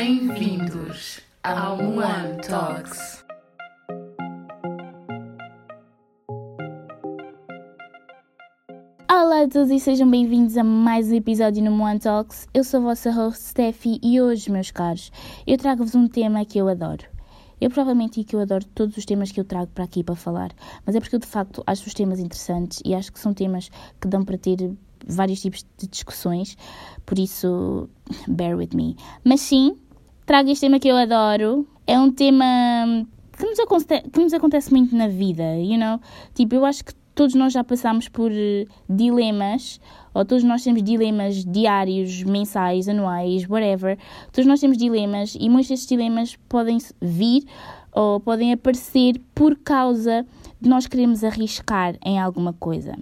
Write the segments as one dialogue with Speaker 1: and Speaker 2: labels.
Speaker 1: Bem-vindos ao One Talks.
Speaker 2: Olá a todos e sejam bem-vindos a mais um episódio no One Talks. Eu sou a vossa host Steffi e hoje, meus caros, eu trago-vos um tema que eu adoro. Eu provavelmente digo que eu adoro todos os temas que eu trago para aqui para falar, mas é porque eu de facto acho os temas interessantes e acho que são temas que dão para ter vários tipos de discussões, por isso, bear with me. Mas sim, trago este tema que eu adoro, é um tema que nos acontece muito na vida, you know? Tipo, eu acho que todos nós já passámos por dilemas, ou todos nós temos dilemas diários, mensais, anuais, whatever. Todos nós temos dilemas e muitos destes dilemas podem vir ou podem aparecer por causa de nós queremos arriscar em alguma coisa.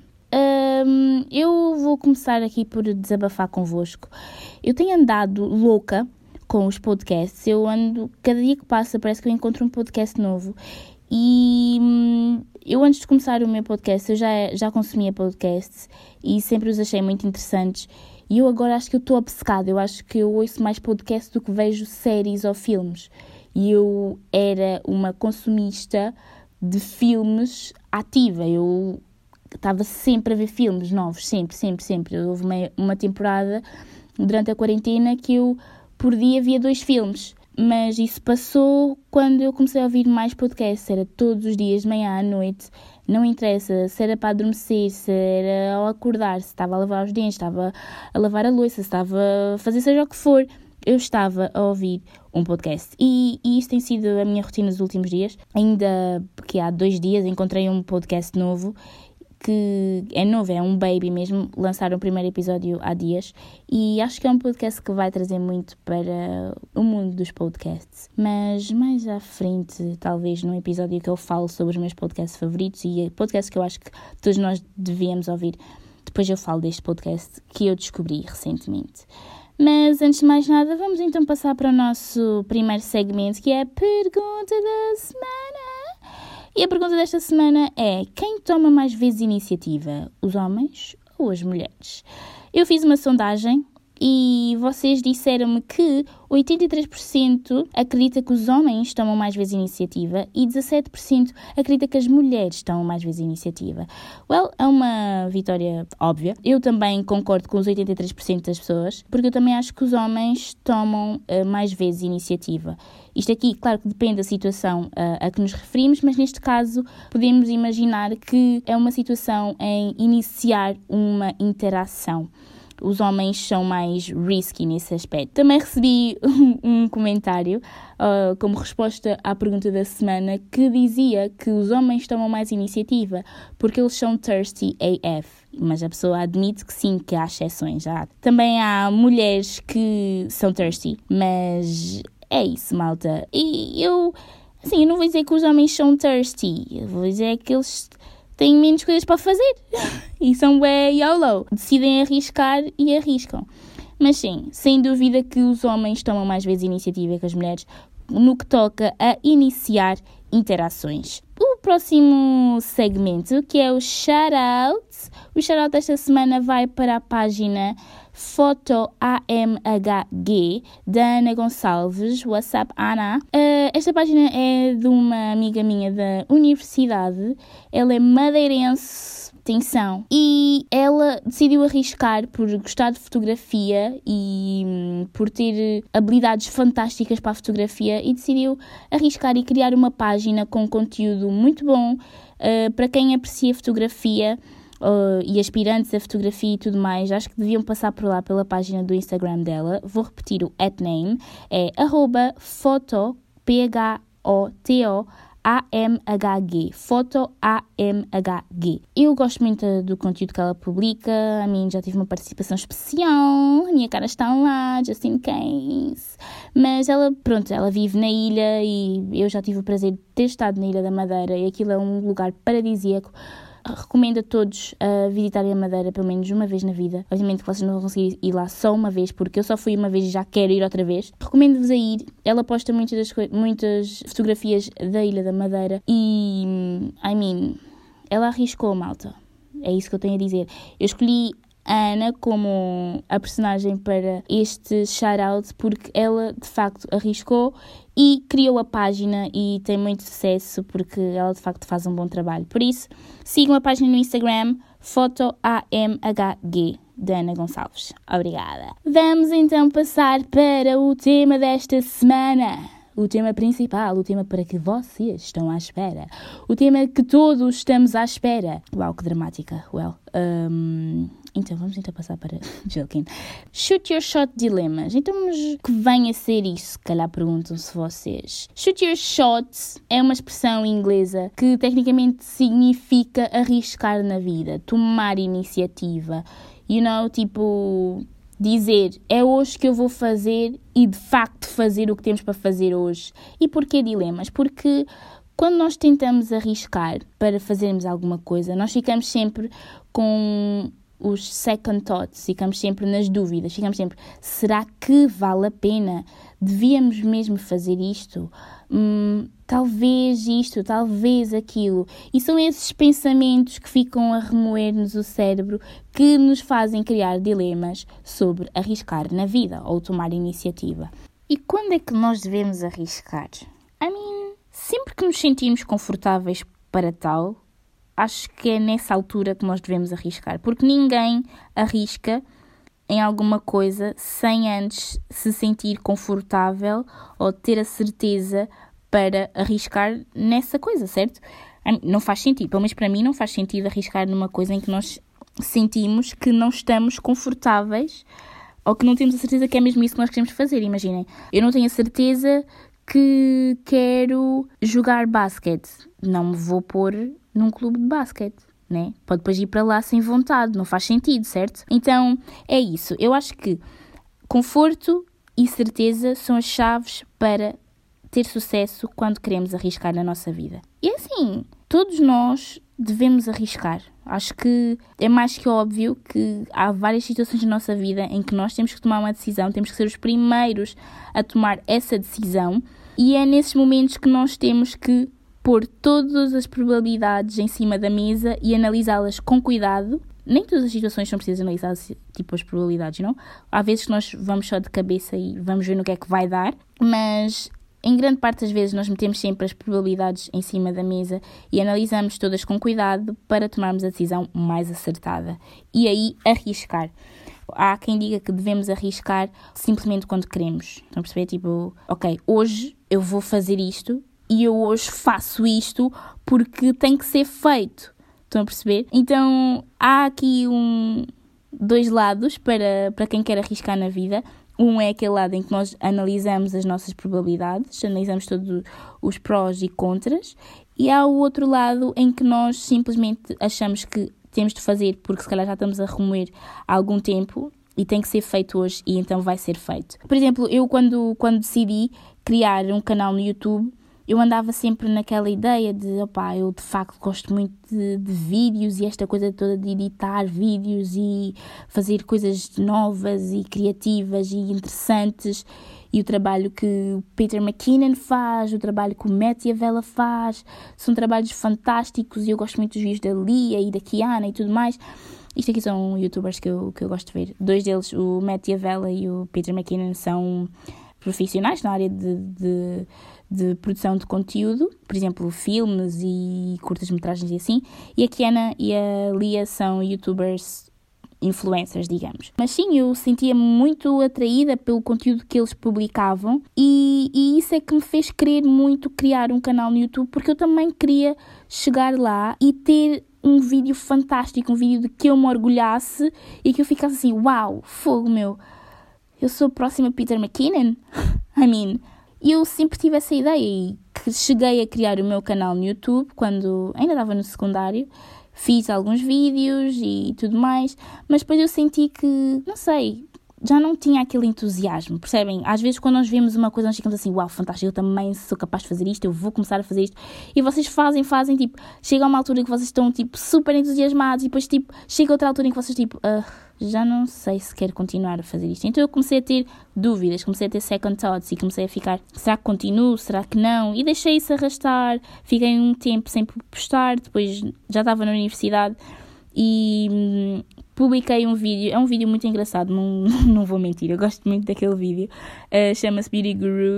Speaker 2: Eu vou começar aqui por desabafar convosco. Eu tenho andado louca com os podcasts. Eu ando, cada dia que passa parece que eu encontro um podcast novo. E eu antes de começar o meu podcast, eu já consumia podcasts e sempre os achei muito interessantes. E eu agora acho que eu estou obcecada. Eu acho que eu ouço mais podcasts do que vejo séries ou filmes. E eu era uma consumista de filmes ativa. Eu estava sempre a ver filmes novos, sempre. Houve uma temporada durante a quarentena que eu por dia via 2 filmes. Mas isso passou quando eu comecei a ouvir mais podcasts. Era todos os dias, de manhã à noite. Não interessa se era para adormecer, se era ao acordar, se estava a lavar os dentes, se estava a lavar a louça, se estava a fazer seja o que for. Eu estava a ouvir um podcast. E isso tem sido a minha rotina nos últimos dias. Ainda porque há 2 dias encontrei um podcast novo, que é novo, é um baby mesmo, lançaram o primeiro episódio há dias e acho que é um podcast que vai trazer muito para o mundo dos podcasts, mas mais à frente, talvez num episódio que eu falo sobre os meus podcasts favoritos e podcasts que eu acho que todos nós devíamos ouvir, depois eu falo deste podcast que eu descobri recentemente. Mas antes de mais nada, vamos então passar para o nosso primeiro segmento, que é a Pergunta da Semana. E a pergunta desta semana é: quem toma mais vezes iniciativa, os homens ou as mulheres? Eu fiz uma sondagem e vocês disseram-me que 83% acredita que os homens tomam mais vezes iniciativa e 17% acredita que as mulheres tomam mais vezes iniciativa. Well, é uma vitória óbvia. Eu também concordo com os 83% das pessoas, porque eu também acho que os homens tomam mais vezes iniciativa. Isto aqui, claro que depende da situação a que nos referimos, mas neste caso podemos imaginar que é uma situação em iniciar uma interação. Os homens são mais risky nesse aspecto. Também recebi um comentário como resposta à pergunta da semana que dizia que os homens tomam mais iniciativa porque eles são thirsty AF. Mas a pessoa admite que sim, que há exceções. Também há mulheres que são thirsty, mas é isso, malta. E eu não vou dizer que os homens são thirsty. Eu vou dizer que eles têm menos coisas para fazer e são bué YOLO, decidem arriscar e arriscam. Mas sim, sem dúvida que os homens tomam mais vezes iniciativa que as mulheres no que toca a iniciar interações. O próximo segmento, que é o shout-out. O shout-out desta semana vai para a página Foto AMHG da Ana Gonçalves. What's up, Ana? Esta página é de uma amiga minha da universidade. Ela é madeirense, atenção, e ela decidiu arriscar por gostar de fotografia e por ter habilidades fantásticas para a fotografia e decidiu arriscar e criar uma página com conteúdo muito bom para quem aprecia fotografia e aspirantes a fotografia e tudo mais. Acho que deviam passar por lá pela página do Instagram dela. Vou repetir o @name, é @foto, PHOTO AMHG, Foto AMHG. Eu gosto muito do conteúdo que ela publica. A mim já tive uma participação especial, a minha cara está lá, just in case. Mas ela vive na ilha e eu já tive o prazer de ter estado na Ilha da Madeira e aquilo é um lugar paradisíaco. Recomendo a todos visitarem a Madeira pelo menos uma vez na vida. Obviamente que vocês não vão conseguir ir lá só uma vez, porque eu só fui uma vez e já quero ir outra vez. Recomendo-vos a ir. Ela posta muitas fotografias da Ilha da Madeira e, ela arriscou, malta. É isso que eu tenho a dizer. Eu escolhi a Ana como a personagem para este shout-out, porque ela de facto arriscou e criou a página e tem muito sucesso porque ela de facto faz um bom trabalho. Por isso, sigam a página no Instagram, fotoamhg, da Ana Gonçalves. Obrigada. Vamos então passar para o tema desta semana. O tema principal, o tema para que vocês estão à espera. O tema que todos estamos à espera. Uau, que dramática. Então, vamos então passar para Joking. Shoot your shot dilemas. Então, mas que vem a ser isso? Se calhar perguntam-se vocês. Shoot your shot é uma expressão inglesa que tecnicamente significa arriscar na vida, tomar iniciativa. Tipo, dizer, é hoje que eu vou fazer e de facto fazer o que temos para fazer hoje. E porquê dilemas? Porque quando nós tentamos arriscar para fazermos alguma coisa, nós ficamos sempre com os second thoughts, ficamos sempre nas dúvidas, ficamos sempre, será que vale a pena? Devíamos mesmo fazer isto? Talvez isto, talvez aquilo. E são esses pensamentos que ficam a remoer-nos o cérebro que nos fazem criar dilemas sobre arriscar na vida ou tomar iniciativa. E quando é que nós devemos arriscar? Sempre que nos sentimos confortáveis para tal, acho que é nessa altura que nós devemos arriscar. Porque ninguém arrisca em alguma coisa sem antes se sentir confortável ou ter a certeza para arriscar nessa coisa, certo? Não faz sentido, pelo menos para mim não faz sentido arriscar numa coisa em que nós sentimos que não estamos confortáveis ou que não temos a certeza que é mesmo isso que nós queremos fazer. Imaginem, eu não tenho a certeza que quero jogar basquete, não me vou pôr num clube de basquete, né? Pode depois ir para lá sem vontade, não faz sentido, certo? Então, é isso. Eu acho que conforto e certeza são as chaves para ter sucesso quando queremos arriscar na nossa vida. E assim, todos nós devemos arriscar. Acho que é mais que óbvio que há várias situações na nossa vida em que nós temos que tomar uma decisão, temos que ser os primeiros a tomar essa decisão e é nesses momentos que nós temos que pôr todas as probabilidades em cima da mesa e analisá-las com cuidado. Nem todas as situações são precisas analisar tipo as probabilidades, não? Há vezes que nós vamos só de cabeça e vamos ver no que é que vai dar, mas em grande parte das vezes nós metemos sempre as probabilidades em cima da mesa e analisamos todas com cuidado para tomarmos a decisão mais acertada. E aí arriscar. Há quem diga que devemos arriscar simplesmente quando queremos. Estão a perceber? Tipo, ok, hoje eu vou fazer isto e eu hoje faço isto porque tem que ser feito. Estão a perceber? Então, há aqui dois lados para quem quer arriscar na vida. Um é aquele lado em que nós analisamos as nossas probabilidades, analisamos todos os prós e contras. E há o outro lado em que nós simplesmente achamos que temos de fazer porque se calhar já estamos a remoer há algum tempo e tem que ser feito hoje e então vai ser feito. Por exemplo, eu quando decidi criar um canal no YouTube, eu andava sempre naquela ideia de, eu de facto gosto muito de vídeos e esta coisa toda de editar vídeos e fazer coisas novas e criativas e interessantes. E o trabalho que o Peter McKinnon faz, o trabalho que o Machiavelli faz, são trabalhos fantásticos e eu gosto muito dos vídeos da Lia e da Kiana e tudo mais. Isto aqui são youtubers que eu gosto de ver. Dois deles, o Machiavelli e o Peter McKinnon, são profissionais na área de produção de conteúdo, por exemplo, filmes e curtas-metragens e assim, e a Kiana e a Lia são youtubers influencers, digamos. Mas sim, eu sentia muito atraída pelo conteúdo que eles publicavam e isso é que me fez querer muito criar um canal no YouTube, porque eu também queria chegar lá e ter um vídeo fantástico, um vídeo de que eu me orgulhasse e que eu ficasse assim, uau, fogo meu, eu sou a próxima Peter McKinnon? E eu sempre tive essa ideia e que cheguei a criar o meu canal no YouTube quando ainda estava no secundário. Fiz alguns vídeos e tudo mais, mas depois eu senti que, não sei, já não tinha aquele entusiasmo, percebem? Às vezes quando nós vemos uma coisa nós ficamos assim, uau, fantástico, eu também sou capaz de fazer isto, eu vou começar a fazer isto. E vocês fazem, tipo, chega a uma altura em que vocês estão, tipo, super entusiasmados e depois, tipo, chega outra altura em que vocês, tipo, já não sei se quero continuar a fazer isto. Então eu comecei a ter dúvidas, comecei a ter second thoughts e comecei a ficar, será que continuo, será que não? E deixei isso arrastar, fiquei um tempo sem postar, depois já estava na universidade e publiquei um vídeo, é um vídeo muito engraçado, não vou mentir, eu gosto muito daquele vídeo, chama-se Beauty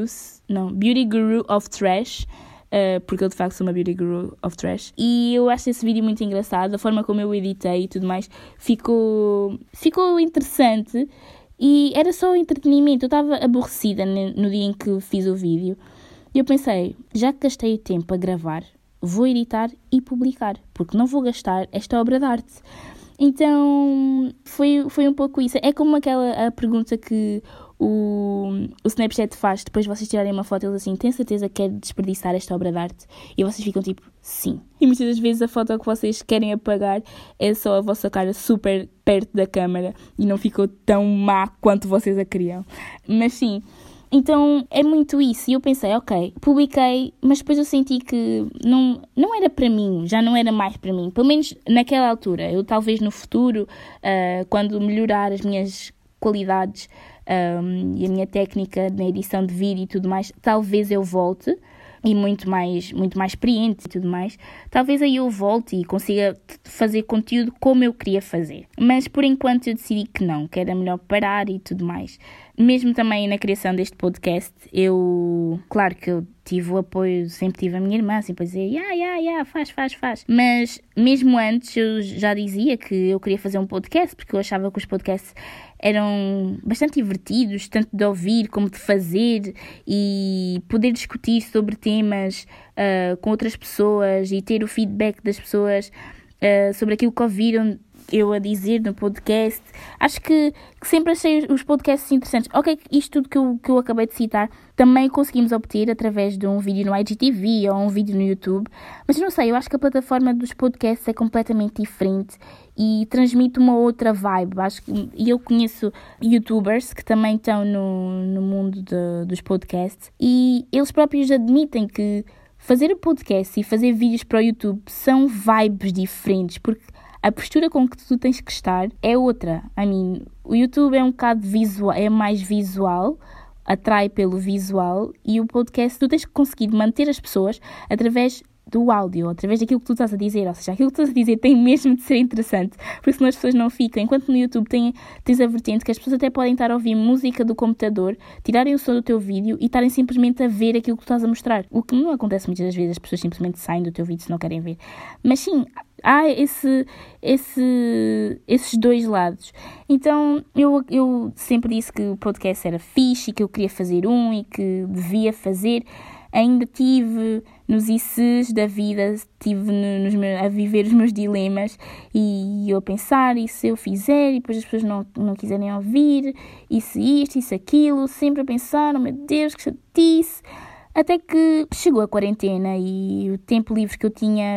Speaker 2: Guru of Trash, porque eu de facto sou uma Beauty Guru of Trash, e eu acho esse vídeo muito engraçado, a forma como eu editei e tudo mais, ficou interessante, e era só entretenimento, eu estava aborrecida no dia em que fiz o vídeo, e eu pensei, já que gastei o tempo a gravar, vou editar e publicar, porque não vou gastar esta obra de arte. Então, foi um pouco isso. É como a pergunta que o Snapchat faz depois de vocês tirarem uma foto, eles assim, tem certeza que quer desperdiçar esta obra de arte? E vocês ficam tipo, sim. E muitas das vezes a foto que vocês querem apagar é só a vossa cara super perto da câmera e não ficou tão má quanto vocês a queriam. Mas sim... Então, é muito isso. E eu pensei, ok, publiquei, mas depois eu senti que não era para mim, já não era mais para mim. Pelo menos naquela altura. Eu talvez no futuro, quando melhorar as minhas qualidades e a minha técnica na edição de vídeo e tudo mais, talvez eu volte. E muito mais experiente e tudo mais, talvez aí eu volte e consiga fazer conteúdo como eu queria fazer. Mas por enquanto eu decidi que não, que era melhor parar e tudo mais. Mesmo também na criação deste podcast, claro que eu tive o apoio, sempre tive a minha irmã, sempre a dizer, faz. Mas mesmo antes eu já dizia que eu queria fazer um podcast, porque eu achava que os podcasts eram bastante divertidos, tanto de ouvir como de fazer, e poder discutir sobre temas com outras pessoas e ter o feedback das pessoas sobre aquilo que ouviram eu a dizer no podcast. Acho que sempre achei os podcasts interessantes. Ok, isto tudo que eu acabei de citar também conseguimos obter através de um vídeo no IGTV ou um vídeo no YouTube, mas não sei, eu acho que a plataforma dos podcasts é completamente diferente e transmite uma outra vibe. E eu conheço youtubers que também estão no mundo dos podcasts e eles próprios admitem que fazer o podcast e fazer vídeos para o YouTube são vibes diferentes, porque a postura com que tu tens que estar é outra. O YouTube é um bocado visual, é mais visual, atrai pelo visual, e o podcast tu tens que conseguir manter as pessoas através do áudio, através daquilo que tu estás a dizer, ou seja, aquilo que tu estás a dizer tem mesmo de ser interessante, porque senão as pessoas não ficam. Enquanto no YouTube tens a vertente que as pessoas até podem estar a ouvir música do computador, tirarem o som do teu vídeo e estarem simplesmente a ver aquilo que tu estás a mostrar, o que não acontece muitas das vezes, as pessoas simplesmente saem do teu vídeo se não querem ver. Mas sim, há esses dois lados. Então eu sempre disse que o podcast era fixe e que eu queria fazer e que devia fazer. Ainda tive nos ICs da vida, estive a viver os meus dilemas e eu a pensar, e se eu fizer e depois as pessoas não quiserem ouvir, e se isto, e se aquilo, sempre a pensar, oh meu Deus, que chatice. Até que chegou a quarentena e o tempo livre que eu tinha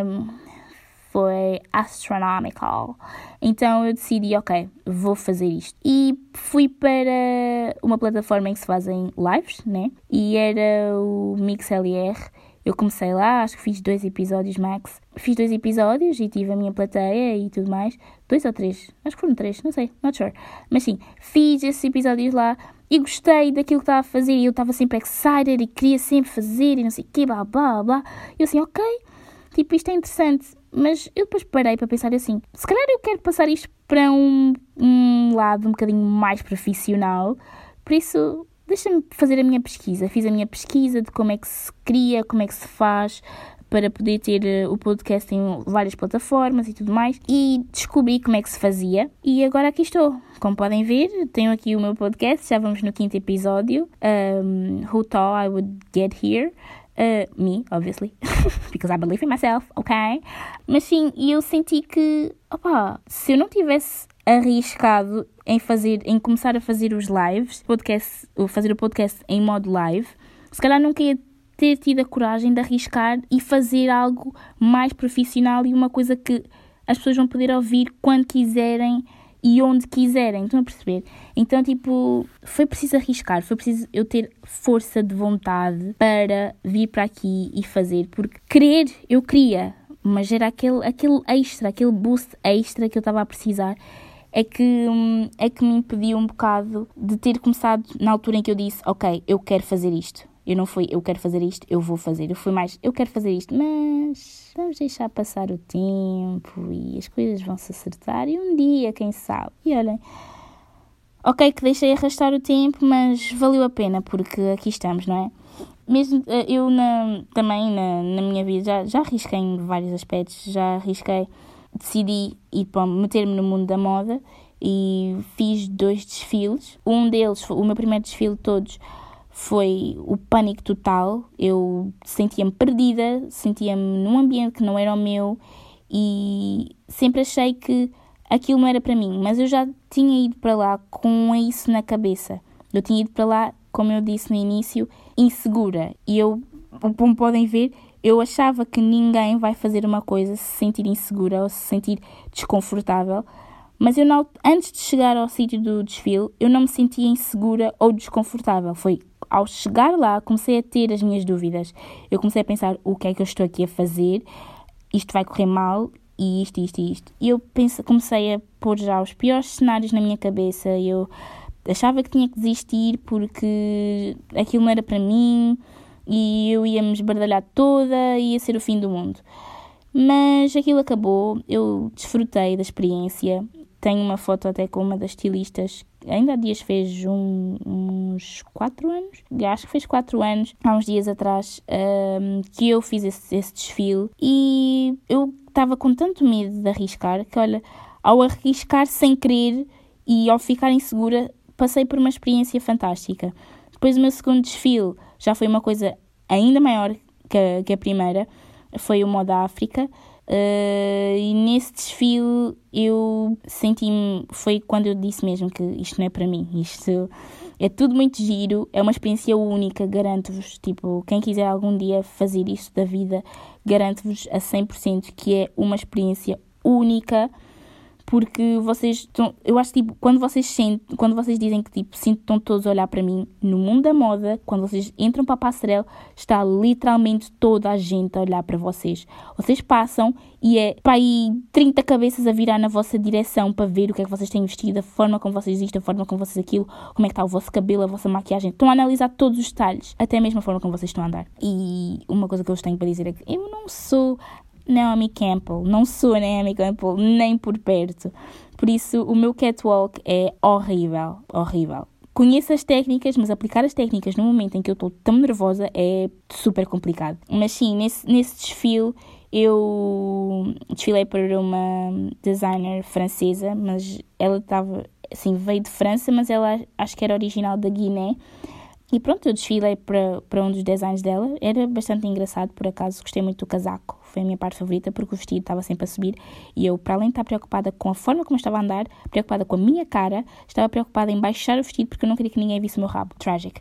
Speaker 2: foi astronomical. Então eu decidi, ok, vou fazer isto. E fui para uma plataforma em que se fazem lives, né? E era o MixLR. Eu comecei lá, acho que fiz 2 episódios max. Fiz 2 episódios e tive a minha plateia e tudo mais. 2 ou 3? Acho que foram 3, não sei, not sure. Mas sim, fiz esses episódios lá e gostei daquilo que estava a fazer. E eu estava sempre excited e queria sempre fazer e não sei o quê, blá, blá, blá. E eu assim, ok, tipo, isto é interessante. Mas eu depois parei para pensar assim, se calhar eu quero passar isto para um lado um bocadinho mais profissional, por isso deixa-me fazer a minha pesquisa. Fiz a minha pesquisa de como é que se cria, como é que se faz para poder ter o podcast em várias plataformas e tudo mais, e descobri como é que se fazia e agora aqui estou. Como podem ver, tenho aqui o meu podcast, já vamos no 5º episódio, Who Thought I Would Get Here? Me, obviously, because I believe in myself, ok? Mas sim, eu senti que, se eu não tivesse arriscado em começar a fazer os lives, fazer o podcast em modo live, se calhar nunca ia ter tido a coragem de arriscar e fazer algo mais profissional e uma coisa que as pessoas vão poder ouvir quando quiserem e onde quiserem, estão a perceber? Então, foi preciso arriscar, foi preciso eu ter força de vontade para vir para aqui e fazer, porque querer, eu queria, mas era aquele extra, aquele boost extra que eu estava a precisar, é que me impediu um bocado de ter começado na altura em que eu disse, ok, eu quero fazer isto. Eu não fui, eu quero fazer isto, eu vou fazer. Eu fui mais, eu quero fazer isto, mas vamos deixar passar o tempo e as coisas vão se acertar. E um dia, quem sabe? E olhem, ok que deixei arrastar o tempo, mas valeu a pena, porque aqui estamos, não é? Mesmo eu também na minha vida já arrisquei em vários aspectos, decidi meter-me no mundo da moda e fiz 2 desfiles. Um deles, o meu primeiro desfile de todos, foi o pânico total. Eu sentia-me perdida, sentia-me num ambiente que não era o meu e sempre achei que aquilo não era para mim, mas eu já tinha ido para lá com isso na cabeça. Eu tinha ido para lá, como eu disse no início, insegura. E como podem ver, eu achava que ninguém vai fazer uma coisa se sentir insegura ou se sentir desconfortável. Mas eu antes de chegar ao sítio do desfile, eu não me sentia insegura ou desconfortável. Foi ao chegar lá, comecei a ter as minhas dúvidas. Eu comecei a pensar, o que é que eu estou aqui a fazer? Isto vai correr mal? E isto. E eu comecei a pôr já os piores cenários na minha cabeça. Eu achava que tinha que desistir porque aquilo não era para mim e eu ia me esbardalhar toda e ia ser o fim do mundo. Mas aquilo acabou, eu desfrutei da experiência. Tenho uma foto até com uma das estilistas, ainda há dias fez uns 4 anos, acho que fez 4 anos, há uns dias atrás, que eu fiz esse desfile e eu estava com tanto medo de arriscar que, olha, ao arriscar sem querer e ao ficar insegura, passei por uma experiência fantástica. Depois o meu segundo desfile já foi uma coisa ainda maior que a primeira, foi o Moda África. E nesse desfile eu senti-me, foi quando eu disse mesmo que isto não é para mim, isto é tudo muito giro, é uma experiência única, garanto-vos, tipo, quem quiser algum dia fazer isto da vida, garanto-vos a 100% que é uma experiência única, porque eu acho, tipo, quando vocês dizem que, tipo, estão todos a olhar para mim, no mundo da moda, quando vocês entram para a passarela, está literalmente toda a gente a olhar para vocês. Vocês passam e é para aí 30 cabeças a virar na vossa direção para ver o que é que vocês têm vestido, a forma como vocês isto, a forma como vocês aquilo, como é que está o vosso cabelo, a vossa maquiagem. Estão a analisar todos os detalhes, até mesmo a forma como vocês estão a andar. E uma coisa que eu vos tenho para dizer é que eu não sou Naomi Campbell, nem por perto. Por isso, o meu catwalk é horrível. Conheço as técnicas, mas aplicar as técnicas no momento em que eu estou tão nervosa é super complicado. Mas sim, nesse desfile, eu desfilei para uma designer francesa, mas ela veio de França, mas ela acho que era original da Guiné. E pronto, eu desfilei para um dos designs dela. Era bastante engraçado, por acaso. Gostei muito do casaco. Foi a minha parte favorita, porque o vestido estava sempre a subir. E eu, para além de estar preocupada com a forma como eu estava a andar, preocupada com a minha cara, estava preocupada em baixar o vestido, porque eu não queria que ninguém visse o meu rabo. Tragic.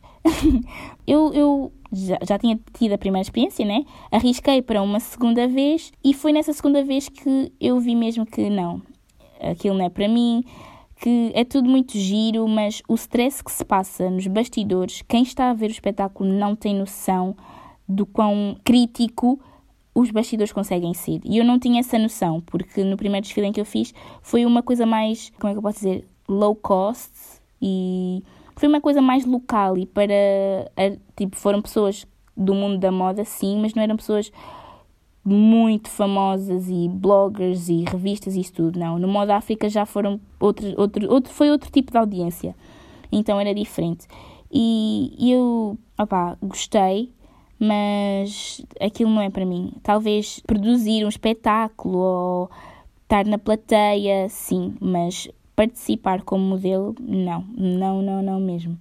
Speaker 2: eu já tinha tido a primeira experiência, né? Arrisquei para uma segunda vez. E foi nessa segunda vez que eu vi mesmo que não, aquilo não é para mim. Que é tudo muito giro, mas o stress que se passa nos bastidores, quem está a ver o espetáculo não tem noção do quão crítico os bastidores conseguem ser. E eu não tinha essa noção, porque no primeiro desfile em que eu fiz foi uma coisa mais, como é que eu posso dizer, low cost, e foi uma coisa mais local e foram pessoas do mundo da moda, sim, mas não eram pessoas muito famosas e bloggers e revistas e isso tudo, não. No Moda África já foram foi outro tipo de audiência, então era diferente. E eu, gostei, mas aquilo não é para mim. Talvez produzir um espetáculo ou estar na plateia, sim, mas participar como modelo, não mesmo.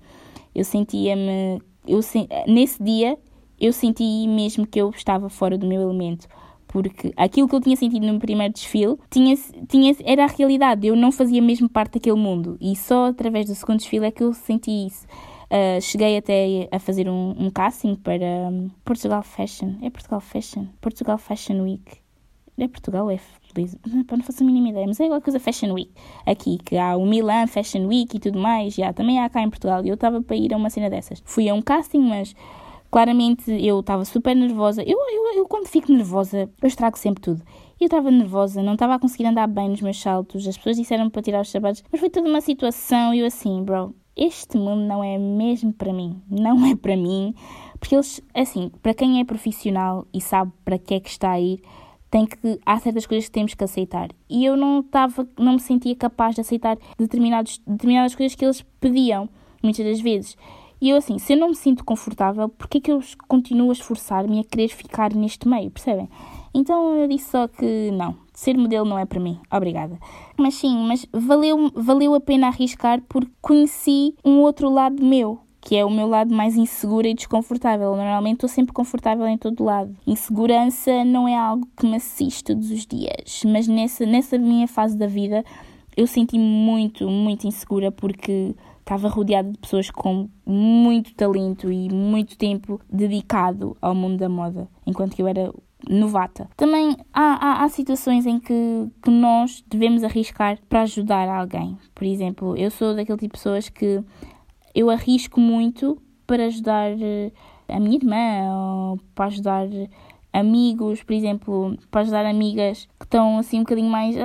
Speaker 2: Nesse dia, eu senti mesmo que eu estava fora do meu elemento, porque aquilo que eu tinha sentido no primeiro desfile era a realidade, eu não fazia mesmo parte daquele mundo, e só através do segundo desfile é que eu senti isso. Cheguei até a fazer um casting para Portugal Fashion Week. É Portugal, não faço a mínima ideia, mas é igual coisa Fashion Week aqui, que há o Milan Fashion Week e tudo mais, também há cá em Portugal, e eu estava para ir a uma cena dessas. Fui a um casting, mas claramente eu estava super nervosa. Eu quando fico nervosa, eu estrago sempre tudo. Eu estava nervosa, não estava a conseguir andar bem nos meus saltos, as pessoas disseram para tirar os sapatos, mas foi toda uma situação e eu assim, bro, este mundo não é mesmo para mim, não é para mim, Porque eles, assim, para quem é profissional e sabe para que é que está a ir, há certas coisas que temos que aceitar. E eu não me sentia capaz de aceitar determinadas coisas que eles pediam, muitas das vezes. E eu assim, se eu não me sinto confortável, porquê que eu continuo a esforçar-me a querer ficar neste meio, percebem? Então eu disse só que não, ser modelo não é para mim, obrigada. Mas sim, valeu a pena arriscar porque conheci um outro lado meu, que é o meu lado mais inseguro e desconfortável. Normalmente estou sempre confortável em todo lado. Insegurança não é algo que me assiste todos os dias, mas nessa minha fase da vida eu senti-me muito, muito insegura porque estava rodeada de pessoas com muito talento e muito tempo dedicado ao mundo da moda, enquanto que eu era novata. Também há situações em que nós devemos arriscar para ajudar alguém. Por exemplo, eu sou daquele tipo de pessoas que eu arrisco muito para ajudar a minha irmã, ou para ajudar amigos, por exemplo, para ajudar amigas que estão assim um bocadinho mais...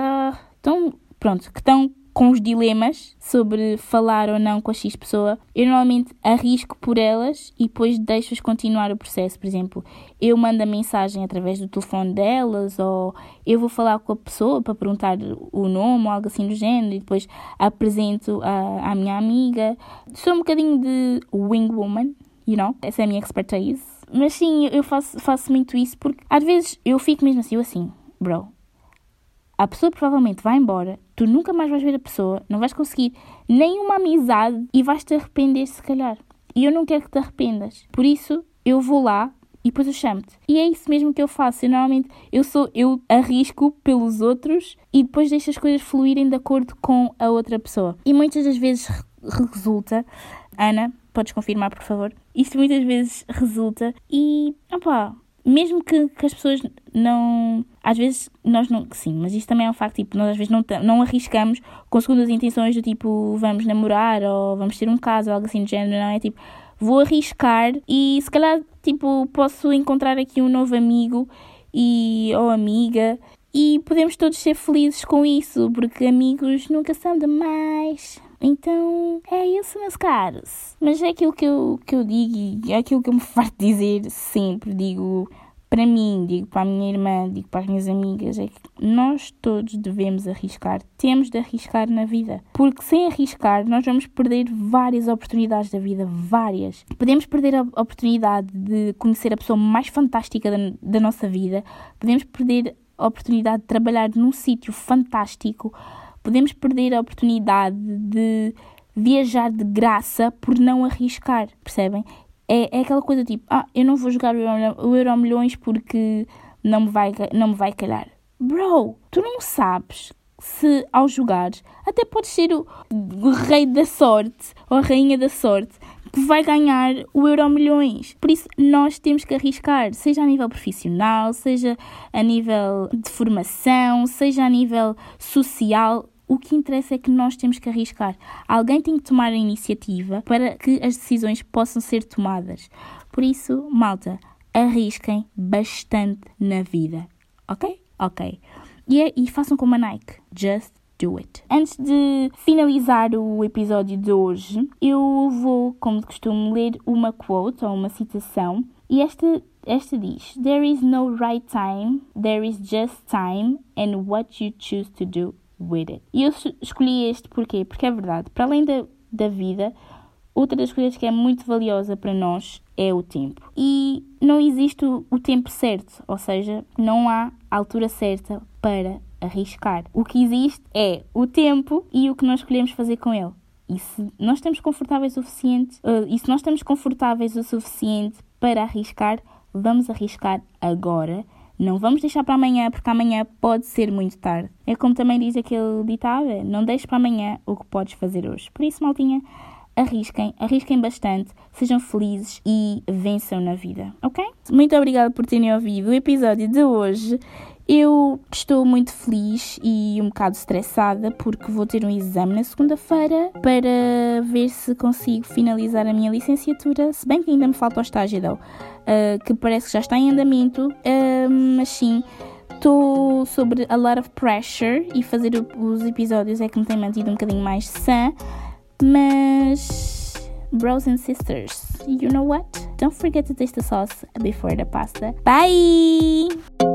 Speaker 2: que estão com os dilemas sobre falar ou não com a X pessoa. Eu normalmente arrisco por elas e depois deixo-as continuar o processo. Por exemplo, eu mando a mensagem através do telefone delas, ou eu vou falar com a pessoa para perguntar o nome ou algo assim do género e depois apresento à minha amiga. Sou um bocadinho de wingwoman, essa é a minha expertise. Mas sim, eu faço muito isso porque às vezes eu fico mesmo assim, bro, a pessoa provavelmente vai embora, tu nunca mais vais ver a pessoa, não vais conseguir nenhuma amizade e vais-te arrepender se calhar. E eu não quero que te arrependas. Por isso, eu vou lá e depois eu chamo-te. E é isso mesmo que eu faço. Normalmente, eu arrisco pelos outros e depois deixo as coisas fluírem de acordo com a outra pessoa. E muitas das vezes resulta... Ana, podes confirmar, por favor? Isto muitas vezes resulta e... mesmo que as pessoas não... Às vezes nós não... Sim, mas isto também é um facto. Tipo, nós às vezes não arriscamos com segundas intenções do tipo vamos namorar ou vamos ter um caso ou algo assim do género. Não é tipo, vou arriscar e se calhar tipo, posso encontrar aqui um novo amigo ou amiga e podemos todos ser felizes com isso, porque amigos nunca são demais. Então, é isso, meus caros. Mas é aquilo que eu digo e é aquilo que eu me farto dizer sempre. Digo para mim, digo para a minha irmã, digo para as minhas amigas. É que nós todos devemos arriscar. Temos de arriscar na vida. Porque sem arriscar, nós vamos perder várias oportunidades da vida. Várias. Podemos perder a oportunidade de conhecer a pessoa mais fantástica da nossa vida. Podemos perder a oportunidade de trabalhar num sítio fantástico. Podemos perder a oportunidade de viajar de graça por não arriscar, percebem? É aquela coisa tipo, eu não vou jogar o Euromilhões porque não me vai calhar. Bro, tu não sabes se ao jogares, até podes ser o rei da sorte ou a rainha da sorte que vai ganhar o Euromilhões. Por isso, nós temos que arriscar, seja a nível profissional, seja a nível de formação, seja a nível social. O que interessa é que nós temos que arriscar. Alguém tem que tomar a iniciativa para que as decisões possam ser tomadas. Por isso, malta, arrisquem bastante na vida. Ok? Ok. E façam como a Nike. Just do it. Antes de finalizar o episódio de hoje, eu vou, como de costume, ler uma quote ou uma citação. E esta diz: There is no right time, there is just time and what you choose to do with it. E eu escolhi este porquê? Porque é verdade. Para além da vida, outra das coisas que é muito valiosa para nós é o tempo. E não existe o tempo certo, ou seja, não há altura certa para arriscar. O que existe é o tempo e o que nós escolhemos fazer com ele. E se nós estamos confortáveis o suficiente para arriscar, vamos arriscar agora. Não vamos deixar para amanhã, porque amanhã pode ser muito tarde. É como também diz aquele ditado, não deixes para amanhã o que podes fazer hoje. Por isso, maltinha, arrisquem bastante, sejam felizes e vençam na vida, ok? Muito obrigada por terem ouvido o episódio de hoje. Eu estou muito feliz e um bocado estressada porque vou ter um exame na segunda-feira para ver se consigo finalizar a minha licenciatura, se bem que ainda me falta o estágio, que parece que já está em andamento, mas sim, estou sobre a lot of pressure e fazer os episódios é que me tem mantido um bocadinho mais sã, mas bros and sisters, you know what? Don't forget to taste the sauce before the pasta. Bye!